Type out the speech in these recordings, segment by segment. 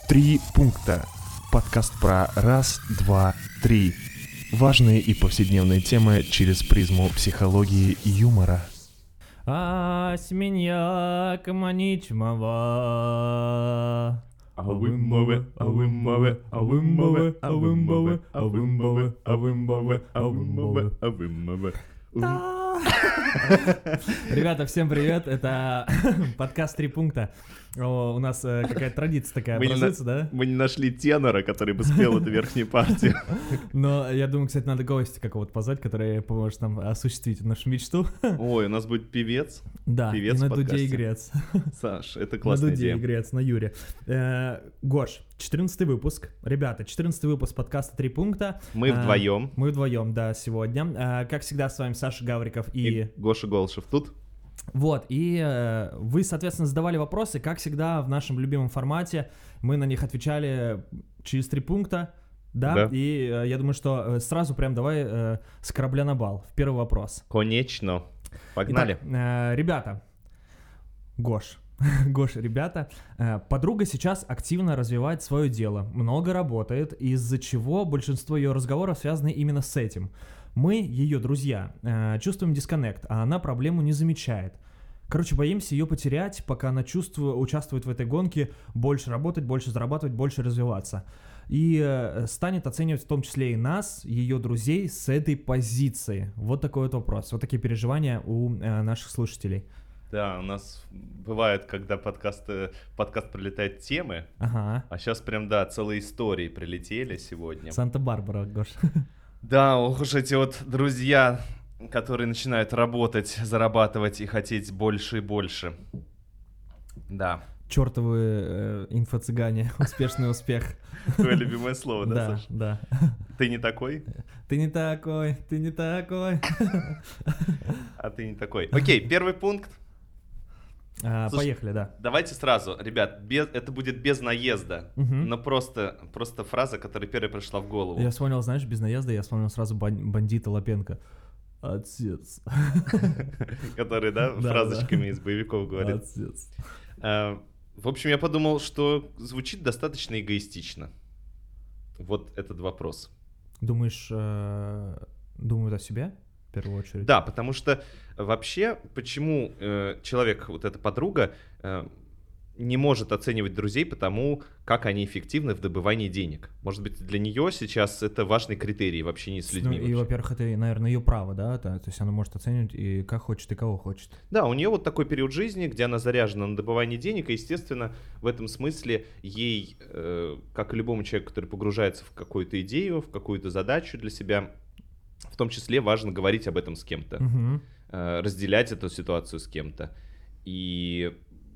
Три пункта. Подкаст про раз, два, три. Важные и повседневные темы через призму психологии и юмора. Асменья каманичмава. Авымбаве, авымбаве, авымбаве, авымбаве, авымбаве, авымбаве, авымбаве, авымбаве. Ребята, всем привет, это подкаст «Три пункта». У нас какая-то традиция такая образуется, да? Мы не нашли тенора, который бы спел эту верхнюю партию. Но я думаю, кстати, надо гостя какого-то позвать, который поможет нам осуществить нашу мечту. Ой, у нас будет певец. Да, Певец и на в дуде подкасте. игрец. Саш, это классная На дуде идея. игрец, на Юре. Гош, 14 выпуск. Ребята, 14 выпуск подкаста «Три пункта». Мы вдвоем. Мы вдвоем, да, сегодня. Как всегда, с вами Саша Гавриков И Гоша Голышев тут. Вот, и вы, соответственно, задавали вопросы, как всегда, в нашем любимом формате. Мы на них отвечали через 3 пункта, да? И я думаю, что сразу прям давай с корабля на бал. В первый вопрос. Конечно. Погнали. Итак, ребята, Гош, ребята, подруга сейчас активно развивает свое дело, много работает, из-за чего большинство ее разговоров связаны именно с этим. Мы, ее друзья, чувствуем дисконнект, а она проблему не замечает. Короче, боимся ее потерять, пока она участвует в этой гонке, больше работать, больше зарабатывать, больше развиваться. И станет оценивать в том числе и нас, ее друзей, с этой позиции. Вот такой вот вопрос, вот такие переживания у наших слушателей. Да, у нас бывает, когда подкаст прилетает темы, Ага. а сейчас прям, да, целые истории прилетели сегодня. Санта-Барбара, Гош. Да, ох уж эти вот друзья, которые начинают работать, зарабатывать и хотеть больше и больше. Да. Чёртовы инфо-цыгане, успешный успех. Твое любимое слово, да, Да, Саш? да. Ты не такой, Ты не такой, ты не такой. а ты не такой. Окей, первый пункт. Слушай, Поехали, да. Давайте сразу, ребят, это будет без наезда, Мгм. но просто фраза, которая первая пришла в голову. Я вспомнил, знаешь, без наезда, я вспомнил сразу бандита Лапенко. Отец. Который, да, Да, фразочками из боевиков говорит. Отец. В общем, я подумал, что звучит достаточно эгоистично. Вот этот вопрос. Думаешь, думают о себе в первую очередь? Да, потому что вообще, почему человек, вот эта подруга, не может оценивать друзей потому, как они эффективны в добывании денег. Может быть, для нее сейчас это важный критерий в общении с людьми. Ну, и, вообще. во-первых, это, наверное, ее право, да? То есть она может оценивать и как хочет, и кого хочет. Да, у нее вот такой период жизни, где она заряжена на добывание денег, и, естественно, в этом смысле ей, как и любому человеку, который погружается в какую-то идею, в какую-то задачу для себя, в том числе важно говорить об этом с кем-то, Мгм. разделять эту ситуацию с кем-то и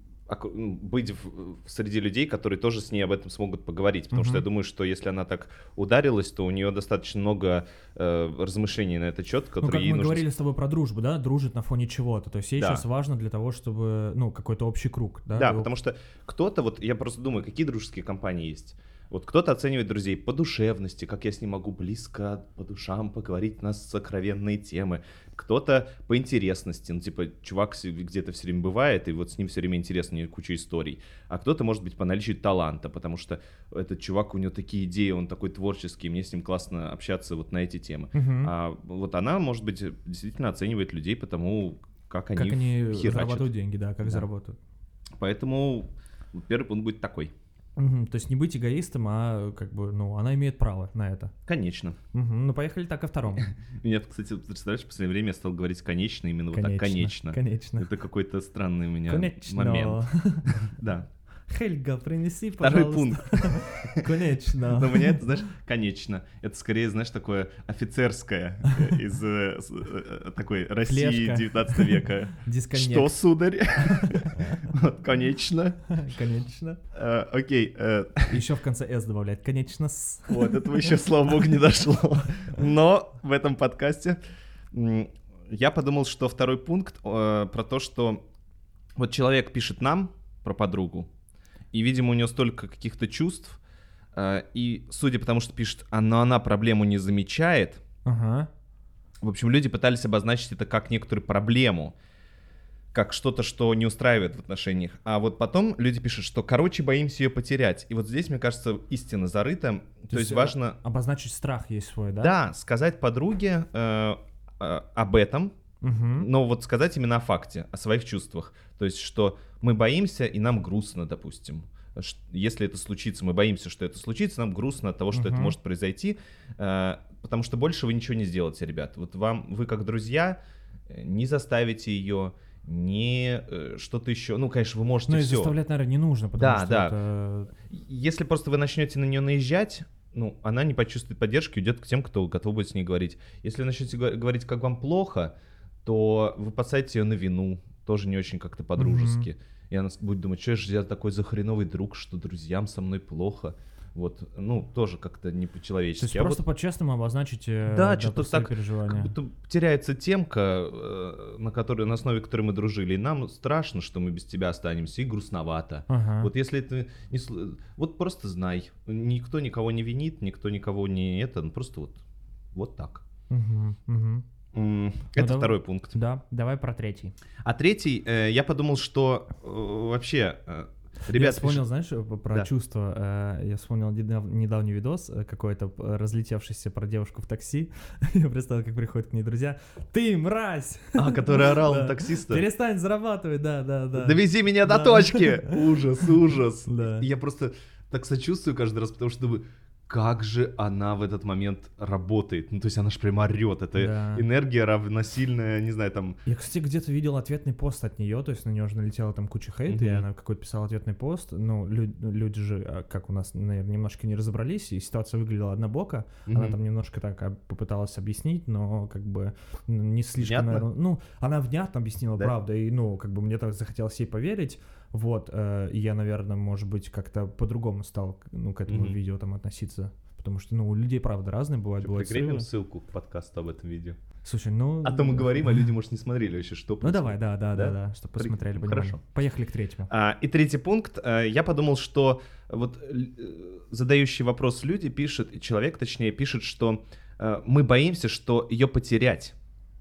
быть среди людей, которые тоже с ней об этом смогут поговорить. Потому что я думаю, что если она так ударилась, то у нее достаточно много размышлений на этот счет, Ну, которые как ей мы нужно... говорили с тобой про дружбу, да, дружит на фоне чего-то. То есть ей Да. сейчас важно для того, чтобы, ну, какой-то общий круг, да? Да, И потому что кто-то, вот я просто думаю, какие дружеские компании есть. Вот кто-то оценивает друзей по душевности, как я с ним могу близко по душам поговорить на сокровенные темы. Кто-то по интересности, ну типа чувак где-то все время бывает, и вот с ним все время интересно, у него куча историй. А кто-то может быть по наличию таланта, потому что этот чувак, у него такие идеи, он такой творческий, мне с ним классно общаться вот на эти темы. Мгм. А вот она, может быть, действительно оценивает людей по тому, как Как они херачат. зарабатывают деньги, да, как Да. заработают. Поэтому первый пункт будет такой. Мгм. То есть не быть эгоистом, а как бы, ну, она имеет право на это. Конечно. Мгм. Ну, поехали так ко второму. Меня, кстати, представляешь, в последнее время я стал говорить «конечно» именно вот так, «конечно». Конечно. Это какой-то странный у меня Конечно. момент. Да. Хельга, принеси, Второй пожалуйста. пункт. Конечно. Но у меня это, знаешь, «конечно». Это скорее, знаешь, такое офицерское из такой России Флешка. 19 века. Дисконнект. Что, сударь? Вот, конечно. Конечно. Окей. Еще в конце «с» добавлять. Конечно. Вот, этого еще, слава богу, не дошло. Но в этом подкасте я подумал, что второй пункт про то, что вот человек пишет нам про подругу, и, видимо, у нее столько каких-то чувств, и судя по тому, что пишет, но она проблему не замечает, Ага. в общем, люди пытались обозначить это как некоторую проблему. как что-то, что не устраивает в отношениях. А вот потом люди пишут, что, короче, боимся ее потерять. И вот здесь, мне кажется, истина зарыта. То есть важно... Обозначить страх есть свой, да? Да, сказать подруге об этом, но вот сказать именно о факте, о своих чувствах. То есть, что мы боимся, и нам грустно, допустим. Если это случится, мы боимся, что это случится, нам грустно от того, что это может произойти, потому что больше вы ничего не сделаете, ребят. Вот вы как друзья не заставите ее, не что-то еще. Ну, конечно, вы можете все. Ну и заставлять, наверное, не нужно, потому что это... Если просто вы начнете на нее наезжать, ну, она не почувствует поддержки, уйдет к тем, кто готов будет с ней говорить. Если вы начнете говорить, как вам плохо, то вы посадите ее на вину, тоже не очень как-то по-дружески. И она будет думать, что же я такой захреновый друг, что друзьям со мной плохо. Вот, ну, тоже как-то не по-человечески. То есть просто по-честному обозначить что-то свои так, переживания. как будто теряется темка, на основе которой мы дружили. И нам страшно, что мы без тебя останемся, и грустновато. Вот если это не... Вот просто знай. Никто никого не винит, никто никого не это. Ну, просто вот так. Это второй пункт. Да, давай про третий. А третий, я подумал, что вообще... Ребята, я вспомнил, знаешь, про чувства. Я вспомнил недавний видос какой-то разлетевшийся про девушку в такси. Я представил, как приходят к ней друзья. Ты, мразь! Который орал на таксиста. Перестань зарабатывать, да. Довези меня до точки! Ужас. Я просто так сочувствую каждый раз, потому что думаю, как же она в этот момент работает. Ну, то есть она же прям орет. Это энергия равносильная, не знаю, там... Я, кстати, где-то видел ответный пост от нее, то есть на нее уже налетела там куча хейта, и она какой-то писала ответный пост. Ну, люди же, как у нас, наверное, немножко не разобрались, и ситуация выглядела однобоко. Она там немножко так попыталась объяснить, но как бы не слишком, наверное... Ну, она внятно объяснила, правда, и, ну, как бы мне так захотелось ей поверить. Вот, и я, наверное, может быть, как-то по-другому стал, ну, к этому видео там относиться, потому что, ну, у людей, правда, разные бывают. Прикрепим ссылку к подкасту об этом видео. Слушай, ну... А то мы говорим, а люди, может, не смотрели вообще, что происходит. Ну, давай, да, чтобы посмотрели. Хорошо. Поехали к третьему. И третий пункт. Я подумал, что вот задающий вопрос люди пишет, человек, точнее, пишет, что мы боимся, что ее потерять,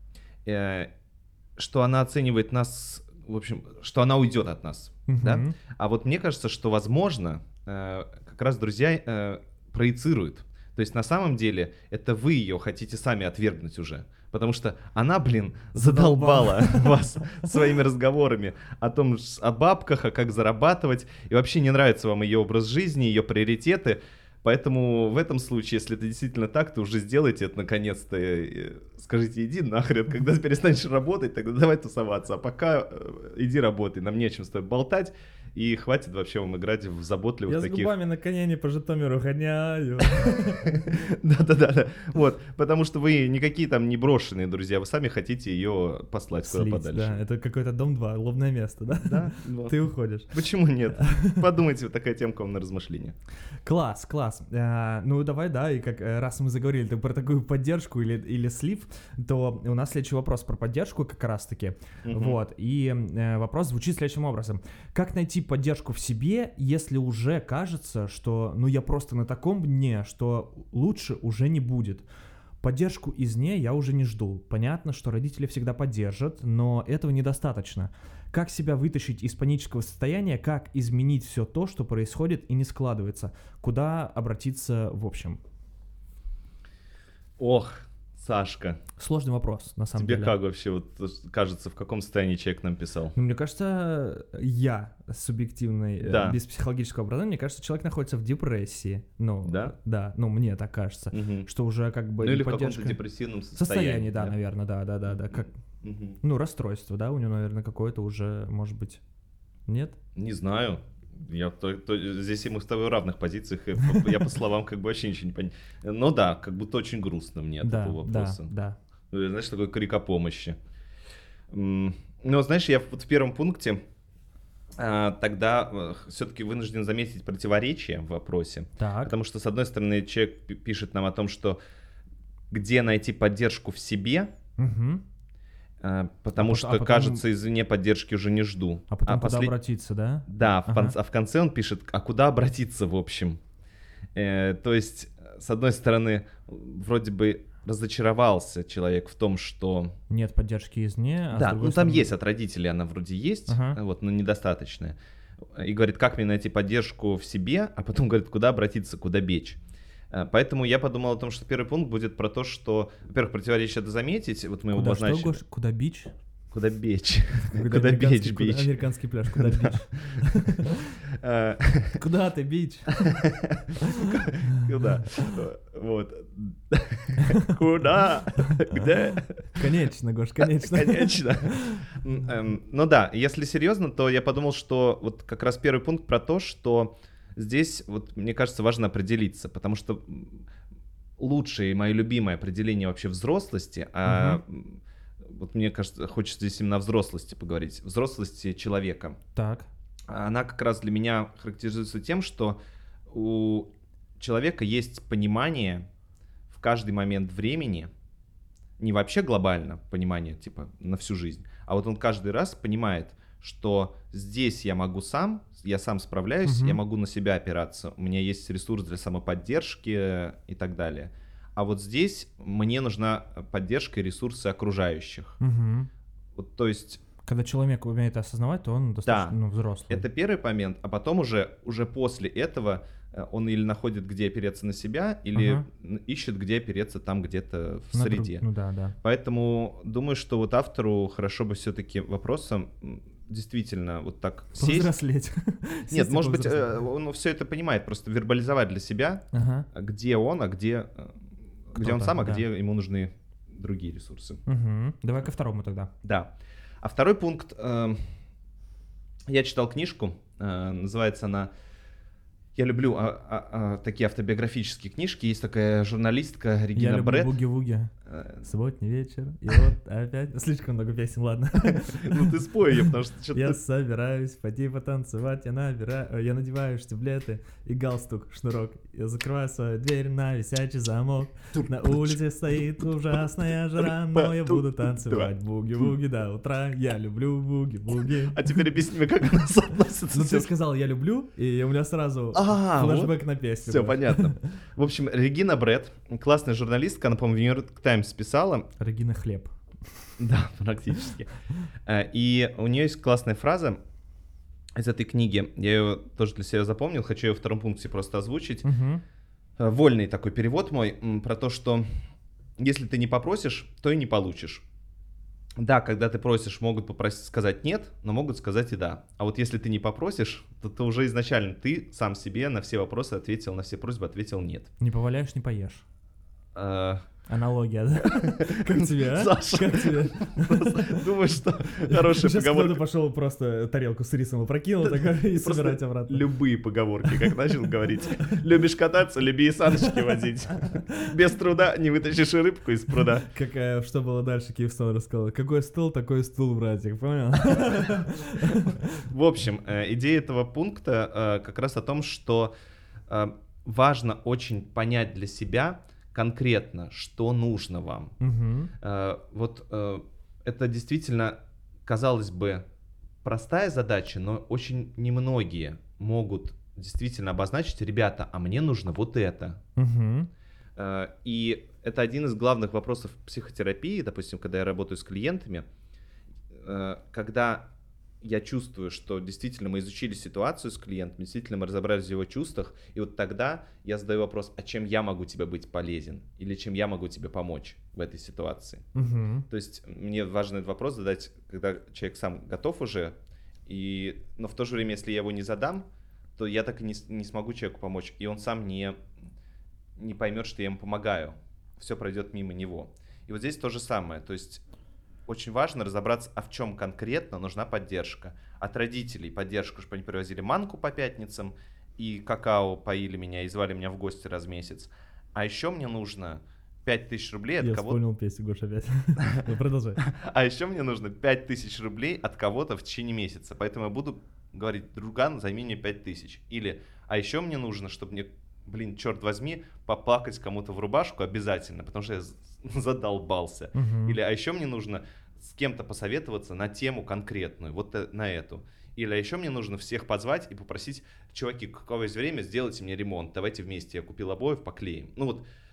что она оценивает нас... В общем, что она уйдет от нас, да? А вот мне кажется, что, возможно, как раз друзья проецируют. То есть на самом деле это вы ее хотите сами отвергнуть уже. Потому что она, задолбала вас своими разговорами о бабках, о как зарабатывать. И вообще не нравится вам ее образ жизни, ее приоритеты. Поэтому в этом случае, если это действительно так, то уже сделайте это наконец-то. Скажите, иди нахрен, когда перестанешь работать, тогда давай тусоваться. А пока иди работай, нам не о чем с тобой болтать. И хватит вообще вам играть в заботливых таких... Я с губами на коне не по Житомиру гоняю. Да. Вот, потому что вы никакие там не брошенные друзья, вы сами хотите ее послать куда подальше. Да, это какой-то дом 2, лобное место, да? Да. Ты уходишь. Почему нет? Подумайте, вот такая темка вам на размышление. Класс. Ну давай, да, и как раз мы заговорили про такую поддержку или слив, то у нас следующий вопрос про поддержку как раз-таки. Вот, и вопрос звучит следующим образом. Как найти поддержку в себе, если уже кажется, что я просто на таком дне, что лучше уже не будет? Поддержку извне я уже не жду. Понятно, что родители всегда поддержат, но этого недостаточно. Как себя вытащить из панического состояния, как изменить все то, что происходит и не складывается? Куда обратиться в общем? Ох, Сашка. Сложный вопрос, на самом деле. Тебе как вообще кажется, в каком состоянии человек нам писал? Мне кажется, я субъективный, без психологического образования, мне кажется, человек находится в депрессии. Да? Да, мне так кажется, что уже как бы... Ну или поддержка... в каком-то депрессивном состоянии. Да, наверное, да. Как... расстройство, да, у него, наверное, какое-то уже, может быть, нет? Не знаю. Здесь мы с тобой в равных позициях, я по словам как бы вообще ничего не понимаю. Ну да, как будто очень грустно мне от этого вопроса. Да. Знаешь, такой крик о помощи. Но знаешь, я вот в первом пункте тогда все-таки вынужден заметить противоречие в вопросе. Так. Потому что, с одной стороны, человек пишет нам о том, что где найти поддержку в себе, потому что, потом... кажется, извне поддержки уже не жду. А потом куда обратиться, да? Да, в конце он пишет, а куда обратиться, в общем. То есть, с одной стороны, вроде бы разочаровался человек в том, что... Нет поддержки извне, а с Да, другой там стороны- есть от родителей, она вроде есть, Ага. вот, но недостаточная. И говорит, как мне найти поддержку в себе, а потом говорит, куда обратиться, куда бечь. Поэтому я подумал о том, что первый пункт будет про то, что, во-первых, противоречие это заметить, вот мы его Куда что, обозначили. Гош? Куда бич? Куда бечь? Куда американский- бечь, бич? Американский пляж, куда бич? Э, Куда ты, бич? Куда? Вот. Куда? Где? Конечно, Гош, конечно. Конечно. Ну да, если серьезно, то я подумал, что вот как раз первый пункт про то, что здесь, вот мне кажется, важно определиться, потому что лучшее и мое любимое определение вообще взрослости, вот мне кажется, хочется здесь именно о взрослости поговорить, взрослости человека. Так. Она как раз для меня характеризуется тем, что у человека есть понимание в каждый момент времени, не вообще глобально понимание, типа на всю жизнь, а вот он каждый раз понимает, что здесь я могу сам, я сам справляюсь, Мгм. я могу на себя опираться, у меня есть ресурс для самоподдержки и так далее. А вот здесь мне нужна поддержка и ресурсы окружающих. Мгм. Вот, то есть Когда человек умеет осознавать, то он достаточно взрослый. это первый момент, а потом уже после этого он или находит, где опереться на себя, или Ага. ищет, где опереться там где-то в На среде. Ну да. Поэтому думаю, что вот автору хорошо бы все-таки вопросом действительно вот так сесть. Повзрослеть. Нет, Сесть и может быть, повзрослеть. он все это понимает, просто вербализовать для себя, Ага. где он, а где он Кто-то, сам, а да. где ему нужны другие ресурсы. Мгм. Давай ко второму тогда. Да. А второй пункт. Я читал книжку, называется она... Я люблю такие автобиографические книжки. Есть такая журналистка Я Регина люблю Бретт. буги-вуги. Субботний вечер, и вот опять... Слишком много песен, ладно. Ну ты спой ее, потому что что-то... Я собираюсь пойти потанцевать, я надеваю штиблеты и галстук, шнурок. Я закрываю свою дверь на висячий замок. На улице стоит ужасная жара, но я буду танцевать буги-буги до утра. Я люблю буги-буги. А теперь объясни мне, как она соотносится Ну с ты тем, сказал «я люблю», и у меня сразу вот. флешбэк на песню. Все был. понятно. В общем, Регина Бретт, классная журналистка, она, по-моему, в Нью-Йорк Таймс писала. Регина Хлеб. Да, практически. И у нее есть классная фраза из этой книги. Я ее тоже для себя запомнил, хочу ее во втором пункте просто озвучить. Мгм. Вольный такой перевод мой, про то, что если ты не попросишь, то и не получишь. Да, когда ты просишь, могут сказать нет, но могут сказать и да. А вот если ты не попросишь, то ты уже изначально ты сам себе на все вопросы ответил, на все просьбы ответил нет. Не поваляешь, не поешь. Э, Аналогия, да? Как тебе, а? Саша. Как тебе? Просто думаю, что хорошая Сейчас поговорка. кто-то пошел просто тарелку с рисом опрокинул такой, и Просто собирать обратно. Любые поговорки, как начал говорить. Любишь кататься, люби и саночки водить. Без труда не вытащишь и рыбку из пруда. Что было дальше, Киевстон рассказал. Какой стол, такой стул, братик, понял? В общем, идея этого пункта как раз о том, что важно очень понять для себя конкретно, что нужно вам. Мгм. Вот это действительно, казалось бы, простая задача, но очень немногие могут действительно обозначить: ребята, а мне нужно вот это. Мгм. И это один из главных вопросов психотерапии, допустим, когда я работаю с клиентами, когда я чувствую, что действительно мы изучили ситуацию с клиентом, действительно мы разобрались в его чувствах, и вот тогда я задаю вопрос: а чем я могу тебе быть полезен? Или чем я могу тебе помочь в этой ситуации? Мгм. То есть мне важно этот вопрос задать, когда человек сам готов уже, но в то же время, если я его не задам, то я так и не смогу человеку помочь, и он сам не поймет, что я ему помогаю. Все пройдет мимо него. И вот здесь то же самое. То есть очень важно разобраться, а в чем конкретно нужна поддержка. От родителей поддержку, чтобы они привозили манку по пятницам и какао поили меня и звали меня в гости раз в месяц. А еще мне нужно 5000 рублей от Я кого-то. вспомнил песню, Гош, опять. Ну, продолжай. А еще мне нужно 5000 рублей от кого-то в течение месяца. Поэтому я буду говорить: друган, займи мне 5000. Или, а еще мне нужно, чтобы мне, черт возьми, поплакать кому-то в рубашку обязательно, потому что я задолбался. Мгм. Или, а еще мне нужно с кем-то посоветоваться на тему конкретную, вот на эту. Или, а еще мне нужно всех позвать и попросить: чуваки, какое есть время, сделайте мне ремонт, давайте вместе, я купил обоев, поклеим. Ну вот,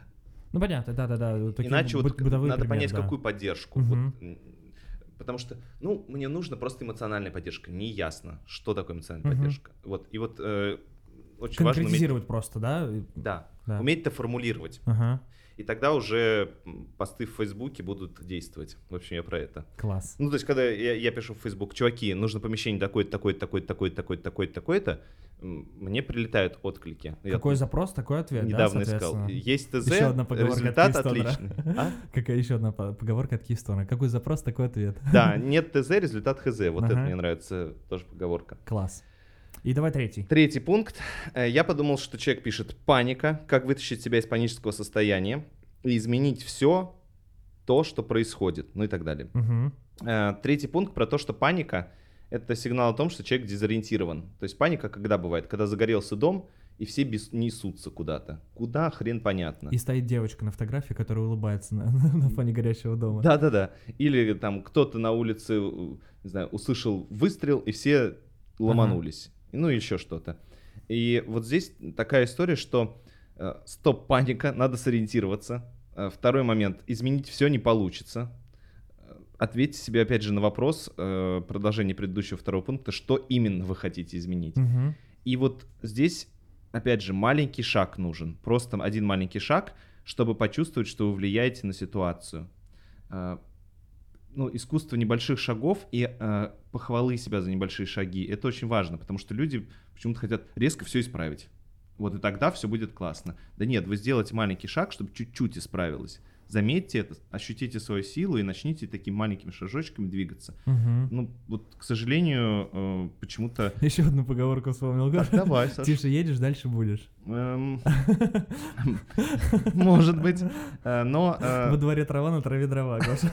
Ну, понятно, да-да-да. такие Иначе вот бытовые надо примеры, понять, да. какую поддержку. Мгм. Вот, потому что, ну, мне нужна просто эмоциональная поддержка. Не ясно, что такое эмоциональная Мгм. поддержка. Вот, и вот очень важно уметь... Конкретизировать просто, да? Да, Да. уметь это формулировать. Ага, И тогда уже посты в Фейсбуке будут действовать. В общем, я про это. класс. Ну, то есть, когда я пишу в Facebook, чуваки, нужно помещение такое-то, такое-то, такое-то, такое-то, такое-то, такое-то, такое-то, мне прилетают отклики. Какой Я запрос, такой ответ, недавно да, искал. соответственно? Есть ТЗ, Еще одна поговорка от результат Кейстонера. отличный. А? Какая еще одна поговорка от Кейстона? Какой запрос, такой ответ. Да, нет ТЗ, результат ХЗ. Вот это Ага. мне нравится, тоже поговорка. Класс. И давай третий. Третий пункт. Я подумал, что человек пишет «паника», как вытащить себя из панического состояния и изменить все то, что происходит, ну и так далее. Мгм. Третий пункт про то, что паника — это сигнал о том, что человек дезориентирован. То есть паника когда бывает? Когда загорелся дом, и все несутся куда-то. Куда — хрен понятно. И стоит девочка на фотографии, которая улыбается на фоне горящего дома. Да-да-да. Или там кто-то на улице, не знаю, услышал выстрел, и все ломанулись. Ну, еще что-то. И вот здесь такая история, что стоп, паника, надо сориентироваться. Второй момент. Изменить все не получится. Ответьте себе, опять же, на вопрос, продолжение предыдущего второго пункта, что именно вы хотите изменить. Мгм. И вот здесь, опять же, маленький шаг нужен. Просто один маленький шаг, чтобы почувствовать, что вы влияете на ситуацию. Ну, искусство небольших шагов и похвалы себя за небольшие шаги. Это очень важно, потому что люди почему-то хотят резко все исправить. Вот и тогда все будет классно. Да нет, вы сделаете маленький шаг, чтобы чуть-чуть исправилось. Заметьте это, ощутите свою силу и начните такими маленькими шажочками двигаться. Мгм. Ну, вот, к сожалению, почему-то... Еще одну поговорку вспомнил. Так, давай, Саша. Тише едешь, дальше будешь. Может быть, но Во дворе трава, на траве дрова, Гоша.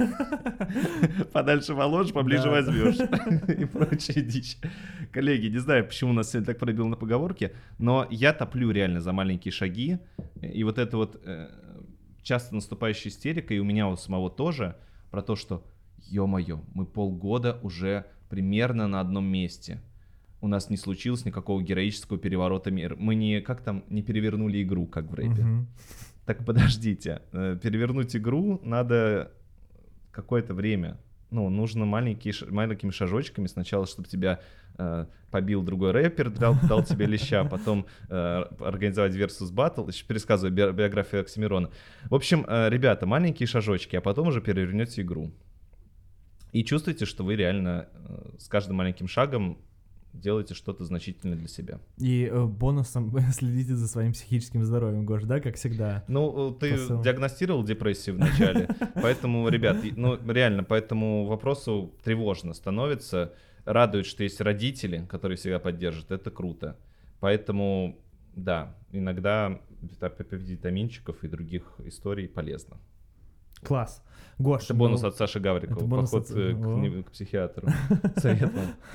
подальше положишь, поближе Да. возьмешь и прочая дичь. Коллеги, не знаю, почему нас сегодня так пробило на поговорке, но я топлю реально за маленькие шаги, и вот это вот часто наступающая истерика, и у меня у самого тоже, про то, что, ё-моё, мы полгода уже примерно на одном месте. У нас не случилось никакого героического переворота мира. Мы не перевернули игру, как в рэпе. Мгм. Так подождите, перевернуть игру надо какое-то время. Ну, нужно маленькими шажочками. Сначала, чтобы тебя побил другой рэпер, дал тебе леща, потом организовать versus battle. Еще пересказываю биографию Оксимирона. В общем, ребята, маленькие шажочки, а потом уже перевернете игру. И чувствуете, что вы реально с каждым маленьким шагом делаете что-то значительное для себя. И бонусом следите за своим психическим здоровьем, Гош, да, как всегда. Ну, ты Посыл. диагностировал депрессию вначале, поэтому, ребят, ну, реально, по этому вопросу тревожно становится. Радует, что есть родители, которые всегда поддержат, это круто. Поэтому, да, иногда витаминчиков и других историй полезно. Класс. Гош, Это бонус ну, от Саши Гаврикова, это бонус поход от- к психиатру. Совет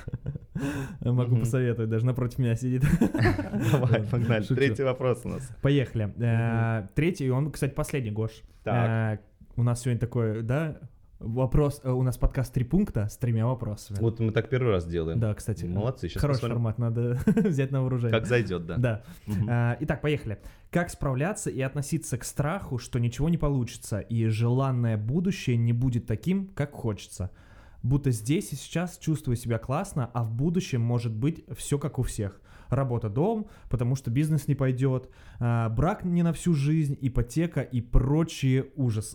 вам. могу Мгм. посоветовать, даже напротив меня сидит. Давай, погнали. Шучу. Третий вопрос у нас. Поехали. Третий, он, кстати, последний, Гош. Так. У нас сегодня такой, да, вопрос, у нас подкаст 3 пункта с 3 вопросами. Вот мы так первый раз делаем. Да, кстати. Молодцы, сейчас Хороший посмотрим, формат, надо взять на вооружение. как зайдет, да. Да. Мгм. Итак, поехали. Как справляться и относиться к страху, что ничего не получится, и желанное будущее не будет таким, как хочется? Будто здесь и сейчас чувствую себя классно, а в будущем может быть все как у всех. Работа, дом, потому что бизнес не пойдет, брак не на всю жизнь, ипотека и прочие ужасы.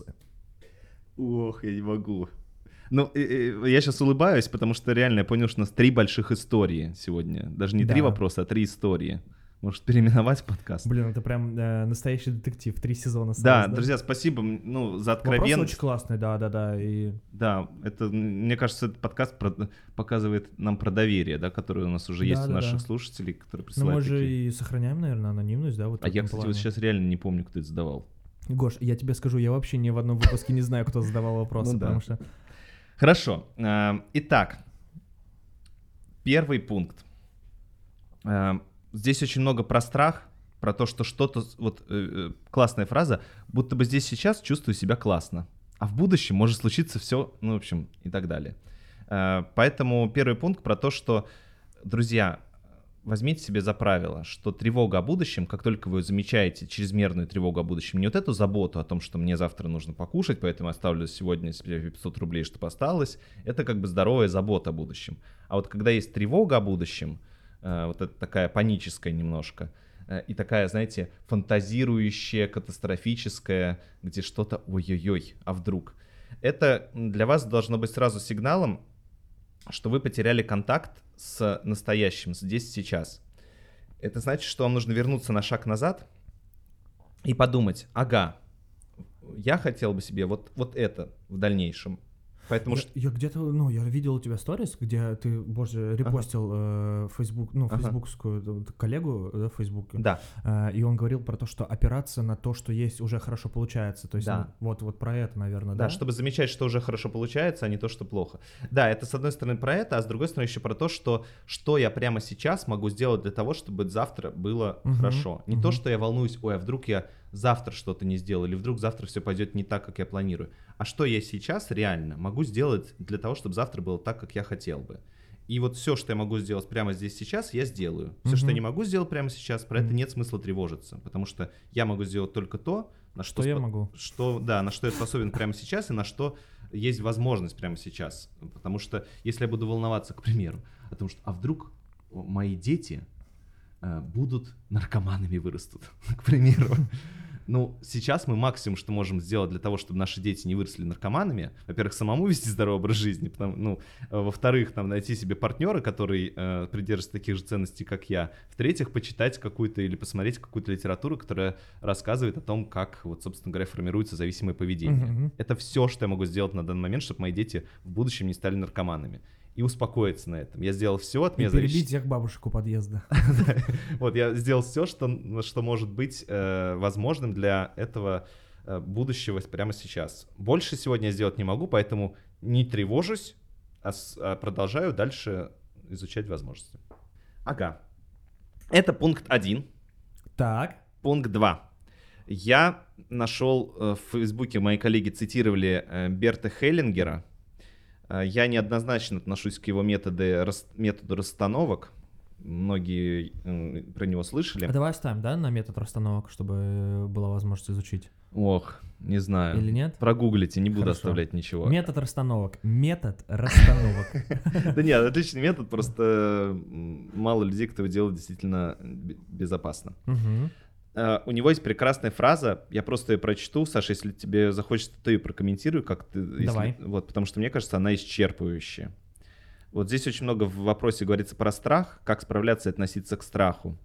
Ох, я не могу. Ну, я сейчас улыбаюсь, потому что реально я понял, что у нас 3 больших истории сегодня. Даже не 3 Да. вопроса, а 3 истории. Может, переименовать подкаст? Блин, это прям настоящий детектив, 3 сезона Да, сразу, друзья, спасибо за Вопрос откровенность. очень классный, да, и... Да, это, мне кажется, этот подкаст показывает нам про доверие, да, которое у нас уже есть у наших слушателей, которые Ну, присылают мы же такие. и сохраняем, наверное, анонимность, да, вот в А я, этом кстати, плане. вот сейчас реально не помню, кто это задавал. Гош, я тебе скажу, я вообще ни в одном выпуске не знаю, кто задавал вопросы, Ну да. потому что... Хорошо. Итак, первый пункт. Здесь очень много про страх, про то, что что-то... Вот классная фраза. Будто бы здесь сейчас чувствую себя классно. А в будущем может случиться все, ну, в общем, и так далее. Поэтому первый пункт про то, что, друзья, возьмите себе за правило, что тревога о будущем, как только вы замечаете чрезмерную тревогу о будущем, не вот эту заботу о том, что мне завтра нужно покушать, поэтому оставлю сегодня себе 500 рублей, чтобы осталось, это как бы здоровая забота о будущем. А вот когда есть тревога о будущем, вот это такая паническая немножко, и такая, знаете, фантазирующая, катастрофическая, где что-то ой-ой-ой, а вдруг? Это для вас должно быть сразу сигналом, что вы потеряли контакт с настоящим, здесь, сейчас. Это значит, что вам нужно вернуться на шаг назад и подумать, ага, я хотел бы себе вот это в дальнейшем. Поэтому я где-то, я видел у тебя сторис, где ты, боже, репостил Facebook, фейсбукскую коллегу, в Фейсбуке. Да. И он говорил про то, что опираться на то, что есть, уже хорошо получается. То есть, да. вот про это, наверное, да? Да, чтобы замечать, что уже хорошо получается, а не то, что плохо. Да, это с одной стороны про это, а с другой стороны еще про то, что я прямо сейчас могу сделать для того, чтобы завтра было хорошо. Не то, что я волнуюсь, ой, а вдруг я завтра что-то не сделал, или вдруг завтра все пойдет не так, как я планирую. А что я сейчас реально могу сделать для того, чтобы завтра было так, как я хотел бы. И вот все, что я могу сделать прямо здесь сейчас, я сделаю. Все, что я не могу сделать прямо сейчас, про это нет смысла тревожиться, потому что я могу сделать только то, на что я могу. На что я способен прямо сейчас и на что есть возможность прямо сейчас. Потому что если я буду волноваться, к примеру, о том, что а вдруг мои дети будут наркоманами, вырастут, к примеру. Ну, сейчас мы максимум, что можем сделать для того, чтобы наши дети не выросли наркоманами, во-первых, самому вести здоровый образ жизни, во-вторых, найти себе партнера, который придерживается таких же ценностей, как я, в-третьих, почитать какую-то или посмотреть какую-то литературу, которая рассказывает о том, как, собственно говоря, формируется зависимое поведение. Это все, что я могу сделать на данный момент, чтобы мои дети в будущем не стали наркоманами. И успокоиться на этом. Я сделал все от меня зависит. И перебить всех бабушек у подъезда. Вот, я сделал все, что может быть возможным для этого будущего прямо сейчас. Больше сегодня я сделать не могу, поэтому не тревожусь, а продолжаю дальше изучать возможности. Ага. Это пункт 1. Так. Пункт 2. Я нашел в Фейсбуке, мои коллеги цитировали Берта Хеллингера. Я неоднозначно отношусь к его методу расстановок. Многие про него слышали. А давай оставим, да, на метод расстановок, чтобы была возможность изучить? Ох, не знаю. Или нет? Прогуглите, не буду Хорошо. оставлять ничего. Метод расстановок. Метод расстановок. Да нет, отличный метод, просто мало людей, кто его делает действительно безопасно. У него есть прекрасная фраза, я просто ее прочту, Саша, если тебе захочется, ты ее прокомментируй, как ты. Давай. Потому что мне кажется, она исчерпывающая. Вот здесь очень много в вопросе говорится про страх, как справляться и относиться к страху.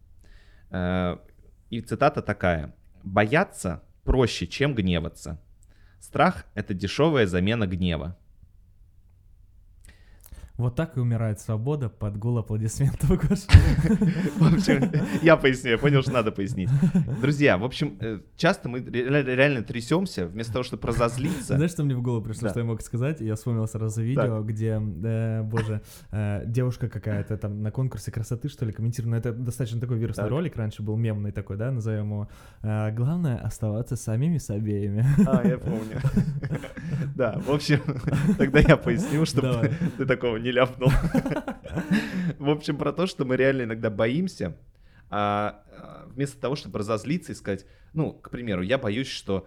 И цитата такая: «Бояться проще, чем гневаться. Страх — это дешевая замена гнева». Вот так и умирает свобода под гул аплодисментов, Гоша. В общем, я поясню, я понял, что надо пояснить. Друзья, в общем, часто мы реально трясемся, вместо того, чтобы разозлиться. Знаешь, что мне в голову пришло, что я мог сказать? Я вспомнил сразу видео, где, девушка какая-то там на конкурсе красоты, что ли, комментирует. Но это достаточно такой вирусный ролик, раньше был мемный такой, да, назовем его. Главное — оставаться самими собеями. Я помню. Да, в общем, тогда я поясню, чтобы ты такого не ляпнул. В общем, про то, что мы реально иногда боимся, а вместо того, чтобы разозлиться и сказать, к примеру, я боюсь, что,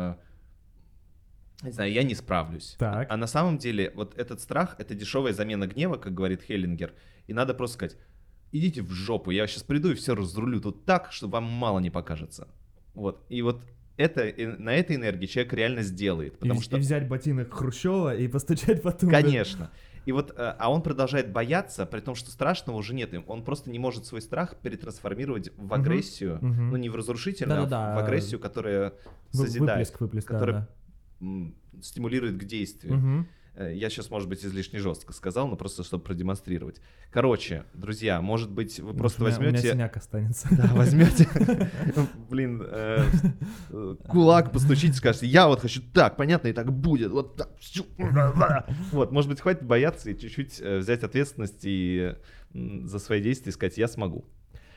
не знаю, я не справлюсь. Так. А на самом деле вот этот страх — это дешевая замена гнева, как говорит Хеллингер, и надо просто сказать: идите в жопу, я сейчас приду и все разрулю тут так, что вам мало не покажется. Вот, и вот на этой энергии человек реально сделает. Потому что... И взять ботинок Хрущева и постучать по тумбе. Конечно. И вот, а он продолжает бояться, при том, что страшного уже нет. Он просто не может свой страх перетрансформировать в агрессию, не в разрушительную, а в агрессию, которая созидает, выплеск, которая стимулирует к действию. Я сейчас, может быть, излишне жестко сказал, но просто чтобы продемонстрировать. Короче, друзья, может быть, вы просто возьмете... У меня синяк останется. Да, возьмете, кулак постучите, скажете: я вот хочу так, понятно, и так будет, вот так. Вот, может быть, хватит бояться и чуть-чуть взять ответственность и за свои действия сказать: я смогу.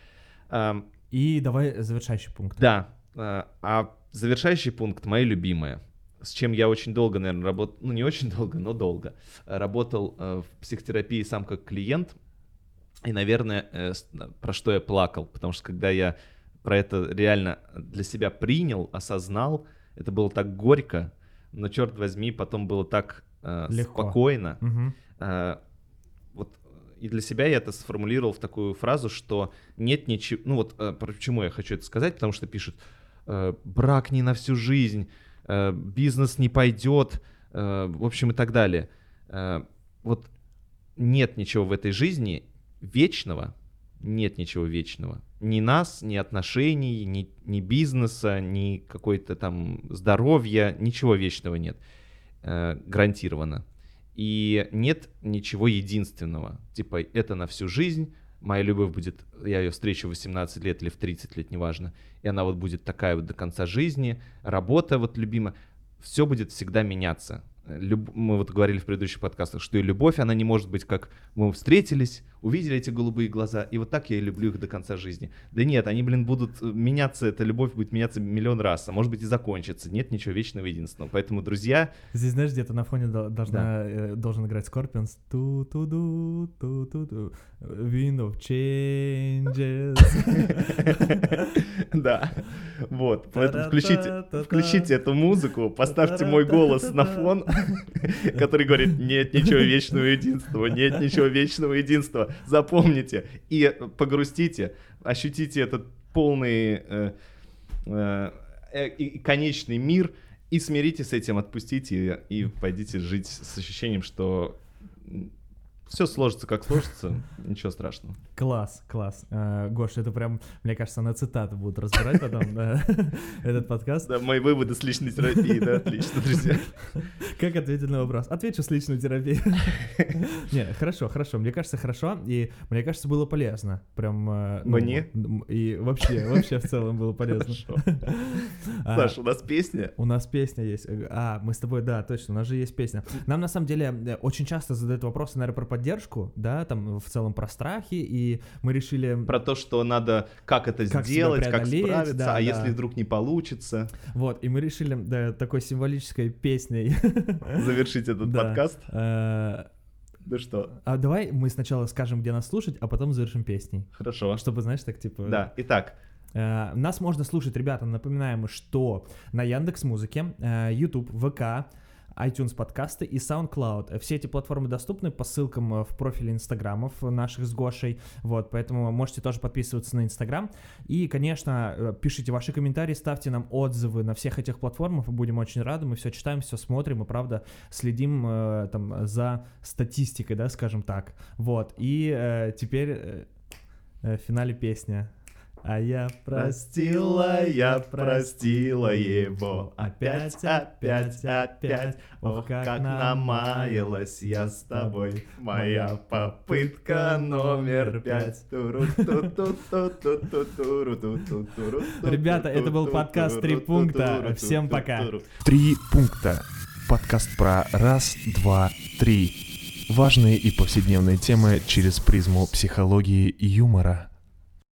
И давай завершающий пункт. Да, а завершающий пункт — мои любимые. С чем я очень долго, наверное, работал, не очень долго, но долго, работал в психотерапии сам как клиент. И, наверное, про что я плакал, потому что когда я про это реально для себя принял, осознал, это было так горько, но, черт возьми, потом было так спокойно. Вот, и для себя я это сформулировал в такую фразу, что нет ничего... Ну вот почему я хочу это сказать, потому что пишут, брак не на всю жизнь, бизнес не пойдет, в общем и так далее. Вот нет ничего в этой жизни вечного, нет ничего вечного. Ни нас, ни отношений, ни бизнеса, ни какой-то там здоровья, ничего вечного нет. Гарантированно. И нет ничего единственного. Типа, это на всю жизнь, моя любовь будет, я ее встречу в 18 лет или в 30 лет, неважно, и она вот будет такая вот до конца жизни, работа вот любима, все будет всегда меняться. Мы вот говорили в предыдущих подкастах, что и любовь, она не может быть как мы встретились, увидели эти голубые глаза, и вот так я и люблю их до конца жизни. Да нет, они, будут меняться, эта любовь будет меняться миллион раз, а может быть и закончится. Нет ничего вечного единственного. Поэтому, друзья... Здесь, знаешь, где-то на фоне должен играть Scorpions. Ту-ту-ду, Wind of Changes. Да, вот. Поэтому включите эту музыку, поставьте мой голос на фон, который говорит: нет ничего вечного единства, нет ничего вечного единства. Запомните и погрустите, ощутите этот полный и конечный мир и смиритесь с этим, отпустите и пойдите жить с ощущением, что все сложится, как сложится, ничего страшного. Класс. Гош, это прям, мне кажется, на цитаты будут разбирать потом этот подкаст. Да, мои выводы с личной терапии, да, отлично, друзья. Как ответить на вопрос? Отвечу с личной терапией. Не, хорошо, мне кажется, хорошо, и мне кажется, было полезно. Прям... Мне? И вообще в целом было полезно. Саша, у нас песня? У нас песня есть. Мы с тобой, да, точно, у нас же есть песня. Нам, на самом деле, очень часто задают вопросы, наверное, про поддержку, да, там в целом про страхи, и мы решили... Про то, что надо, как это сделать, как справиться, да, если вдруг не получится. Вот, и мы решили, да, такой символической песней... Завершить этот подкаст. Да что? А давай мы сначала скажем, где нас слушать, а потом завершим песней. Хорошо. Чтобы, знаешь, так типа... Да, итак. Нас можно слушать, ребята, напоминаем, что на Яндекс.Музыке, YouTube, ВК, iTunes подкасты и SoundCloud. Все эти платформы доступны по ссылкам в профиле инстаграмов наших с Гошей, вот, поэтому можете тоже подписываться на инстаграм. И, конечно, пишите ваши комментарии, ставьте нам отзывы на всех этих платформах, мы будем очень рады, мы все читаем, все смотрим и, правда, следим там за статистикой, да, скажем так. Вот, и теперь в финале песня. А я простила его опять. Ох, как намаялась я с тобой. Моя попытка номер 5. Ребята, это был подкаст «Три пункта». Всем пока. 3 пункта. Подкаст про раз, два, три. Важные и повседневные темы через призму психологии и юмора.